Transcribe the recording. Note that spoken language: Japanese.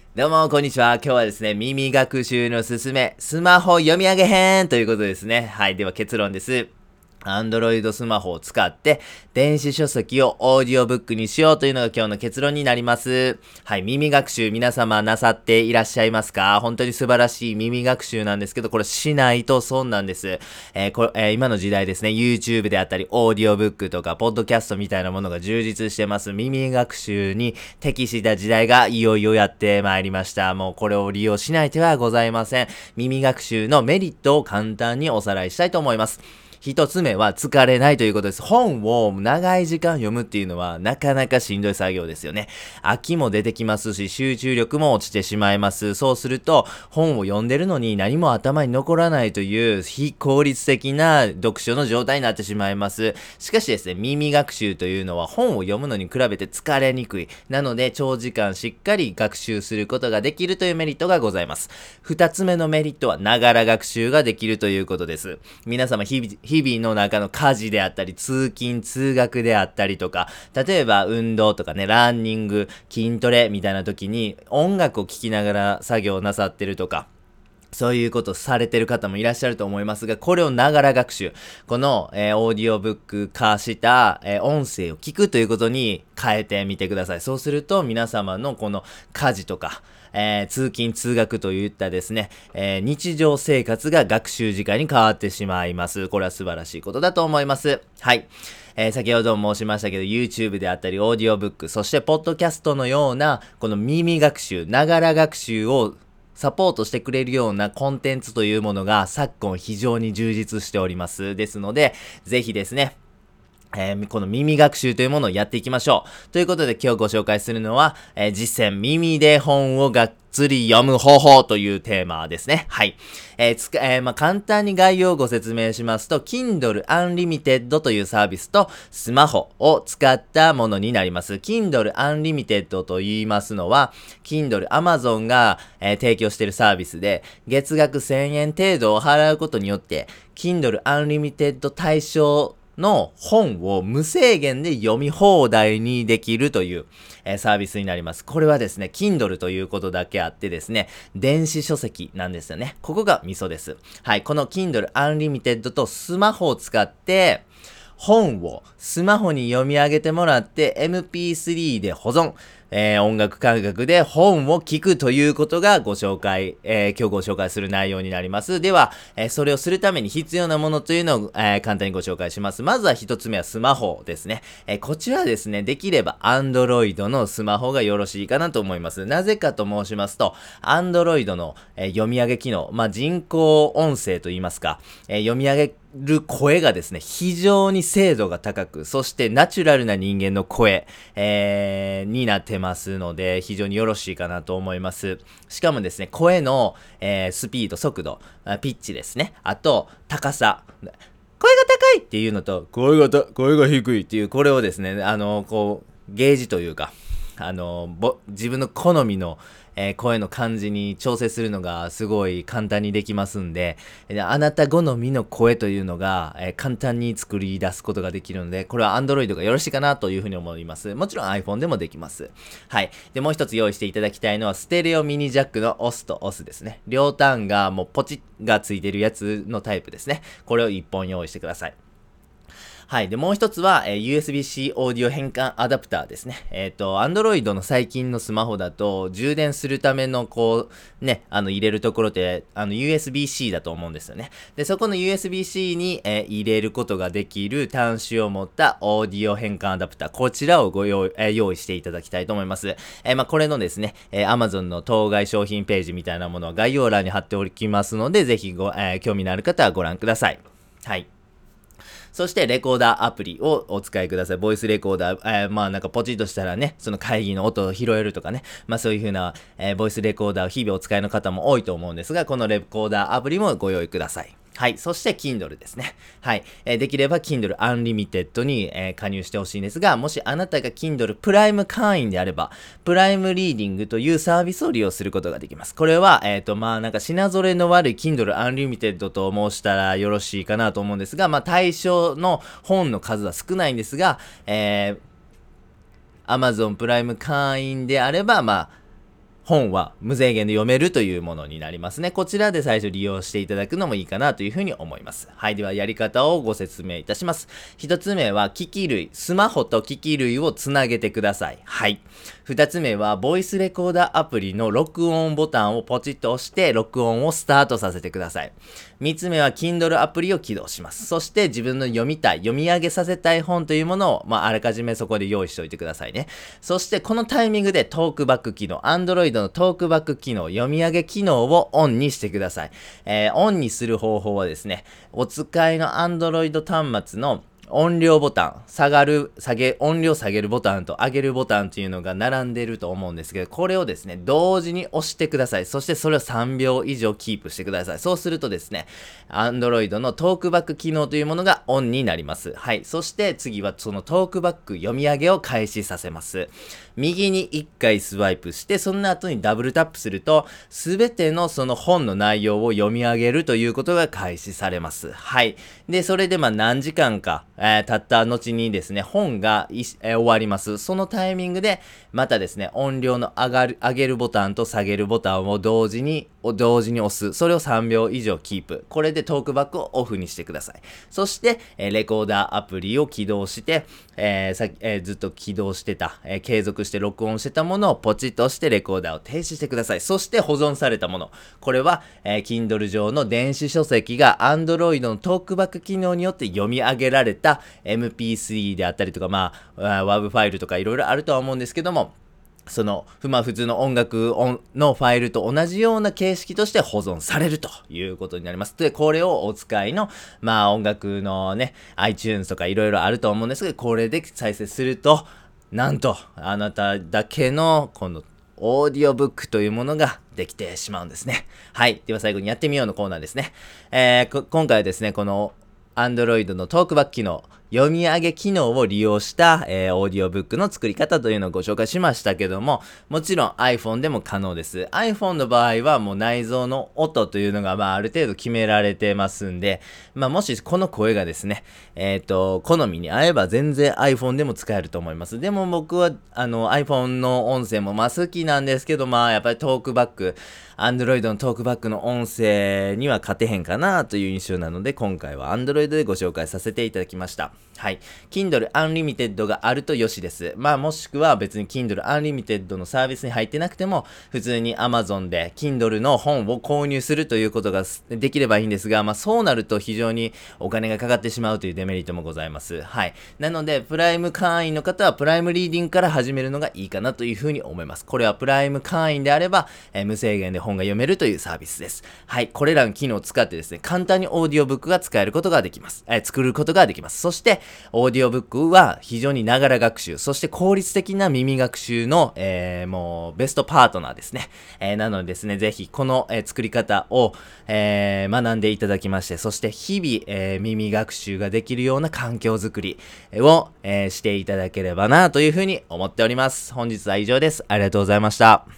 どうも、こんにちは。今日はですね、耳学習のすすめ、スマホ読み上げ編ということですね。はい。では結論です。Android スマホを使って、電子書籍をオーディオブックにしようというのが今日の結論になります。はい。耳学習皆様なさっていらっしゃいますか？本当に素晴らしい耳学習なんですけど、これしないと損なんです。今の時代ですね、YouTube であったり、オーディオブックとか、ポッドキャストみたいなものが充実してます。耳学習に適した時代がいよいよやってまいりました。もうこれを利用しない手はございません。耳学習のメリットを簡単におさらいしたいと思います。一つ目は疲れないということです。本を長い時間読むっていうのはなかなかしんどい作業ですよね。飽きも出てきますし、集中力も落ちてしまいます。そうすると、本を読んでるのに何も頭に残らないという非効率的な読書の状態になってしまいます。しかしですね、耳学習というのは本を読むのに比べて疲れにくい。なので、長時間しっかり学習することができるというメリットがございます。二つ目のメリットは、ながら学習ができるということです。皆様日々の中の家事であったり、通勤、通学であったりとか、例えば運動とかね、ランニング、筋トレみたいな時に音楽を聴きながら作業なさってるとか、そういうことされてる方もいらっしゃると思いますが、これをながら学習。この、オーディオブック化した、音声を聞くということに変えてみてください。そうすると皆様のこの家事とか、通勤通学といったですね、日常生活が学習時間に変わってしまいます。これは素晴らしいことだと思います。はい。先ほども申しましたけど、YouTube であったり、オーディオブック、そしてポッドキャストのような、この耳学習、ながら学習をサポートしてくれるようなコンテンツというものが昨今非常に充実しております。ですので、ぜひですね、この耳学習というものをやっていきましょう。ということで今日ご紹介するのは、実践耳で本をがっつり読む方法というテーマですね。はい。簡単に概要をご説明しますと、Kindle Unlimited というサービスとスマホを使ったものになります。Kindle Unlimited と言いますのは、Kindle Amazon が、提供しているサービスで、月額1000円程度を払うことによって、Kindle Unlimited 対象の本を無制限で読み放題にできるという、サービスになります。これはですね、Kindle ということだけあってですね、電子書籍なんですよね。ここがミソです。はい、この Kindle Unlimited とスマホを使って、本をスマホに読み上げてもらって MP3 で保存、音楽感覚で本を聞くということがご紹介、今日ご紹介する内容になります。では、それをするために必要なものというのを、簡単にご紹介します。まずは一つ目はスマホですね。こちらですね、できれば Android のスマホがよろしいかなと思います。なぜかと申しますと、Android の、読み上げ機能、人工音声といいますか、読み上げる声がですね、非常に精度が高く、そしてナチュラルな人間の声、になってますので、非常によろしいかなと思います。しかもですね、声の、スピード、速度、ピッチですね。あと、高さ。声が高いっていうのと、声が低いっていう、これをですね、ゲージというか、自分の好みの、声の感じに調整するのがすごい簡単にできますんで、あなた好みの声というのが、簡単に作り出すことができるので、これは Android がよろしいかなというふうに思います。もちろん iPhone でもできます。はい。で、もう一つ用意していただきたいのは、ステレオミニジャックのオスとオスですね。両端がもうポチッがついてるやつのタイプですね。これを1本用意してください。はい。で、もう一つは、USB-C オーディオ変換アダプターですね。Android の最近のスマホだと、充電するための、入れるところって、USB-C だと思うんですよね。で、そこの USB-C に、入れることができる端子を持ったオーディオ変換アダプター。こちらを用意していただきたいと思います。これのですね、Amazon の当該商品ページみたいなものは概要欄に貼っておきますので、ぜひ興味のある方はご覧ください。はい。そしてレコーダーアプリをお使いください。ボイスレコーダー、ポチッとしたらね、その会議の音を拾えるとかね、そういう風な、ボイスレコーダーを日々お使いの方も多いと思うんですが、このレコーダーアプリもご用意ください。はい。そして Kindle ですね。はい。できれば Kindle Unlimited に、加入してほしいんですが、もしあなたが Kindle プライム会員であれば、プライムリーディングというサービスを利用することができます。これは、品ぞれの悪い Kindle Unlimited と申したらよろしいかなと思うんですが、対象の本の数は少ないんですが、Amazon プライム会員であれば、 本は無制限で読めるというものになりますね。こちらで最初利用していただくのもいいかなというふうに思います。はい。ではやり方をご説明いたします。一つ目は機器類、スマホと機器類をつなげてください。はい。二つ目はボイスレコーダーアプリの録音ボタンをポチッと押して録音をスタートさせてください。三つ目は Kindle アプリを起動します。そして自分の読み上げさせたい本というものを、あらかじめそこで用意しておいてくださいね。そしてこのタイミングでトークバック機能、Android のトークバック機能、読み上げ機能をオンにしてください。オンにする方法はですね、お使いの Android 端末の音量ボタン、音量下げるボタンと上げるボタンっていうのが並んでいると思うんですけど、これをですね、同時に押してください。そしてそれを3秒以上キープしてください。そうするとですね、Android のトークバック機能というものがオンになります。はい。そして次はそのトークバック読み上げを開始させます。右に1回スワイプして、その後にダブルタップすると、すべてのその本の内容を読み上げるということが開始されます。はい。で、それで何時間か、経った後にですね、本が終わります。そのタイミングで、またですね、音量の上げるボタンと下げるボタンを同時に押す。それを3秒以上キープ。これでトークバックをオフにしてください。そして、レコーダーアプリを起動して、ずっと起動してた、継続して録音してたものをポチッと押してレコーダーを停止してください。そして保存されたもの。これは、Kindle 上の電子書籍が Android のトークバック機能によって読み上げられた MP3 であったりとか、WAV ファイルとかいろいろあるとは思うんですけども、その普通の音楽のファイルと同じような形式として保存されるということになります。で、これをお使いの、音楽のね、iTunes とかいろいろあると思うんですけど、これで再生すると、なんと、あなただけの、この、オーディオブックというものができてしまうんですね。はい。では最後にやってみようのコーナーですね。今回はですね、この、Android のトークバック機能、読み上げ機能を利用した、オーディオブックの作り方というのをご紹介しましたけども、もちろん iPhone でも可能です。iPhone の場合はもう内蔵の音というのがある程度決められてますんで、もしこの声がですね、好みに合えば全然 iPhone でも使えると思います。でも僕はiPhone の音声も好きなんですけど、やっぱりトークバック、Android のトークバックの音声には勝てへんかなという印象なので、今回は Android でご紹介させていただきました。はい。Kindle Unlimited があるとよしです。もしくは別に Kindle Unlimited のサービスに入ってなくても、普通に Amazon で Kindle の本を購入するということができればいいんですが、そうなると非常にお金がかかってしまうというデメリットもございます。はい。なので、プライム会員の方はプライムリーディングから始めるのがいいかなというふうに思います。これはプライム会員であれば、無制限で本が読めるというサービスです。はい。これらの機能を使ってですね、簡単にオーディオブックが使えることができます。作ることができます。そして、オーディオブックは非常にながら学習、そして効率的な耳学習の、もうベストパートナーですね。なのでですね、ぜひこの、作り方を、学んでいただきまして、そして日々、耳学習ができるような環境づくりを、していただければなというふうに思っております。本日は以上です。ありがとうございました。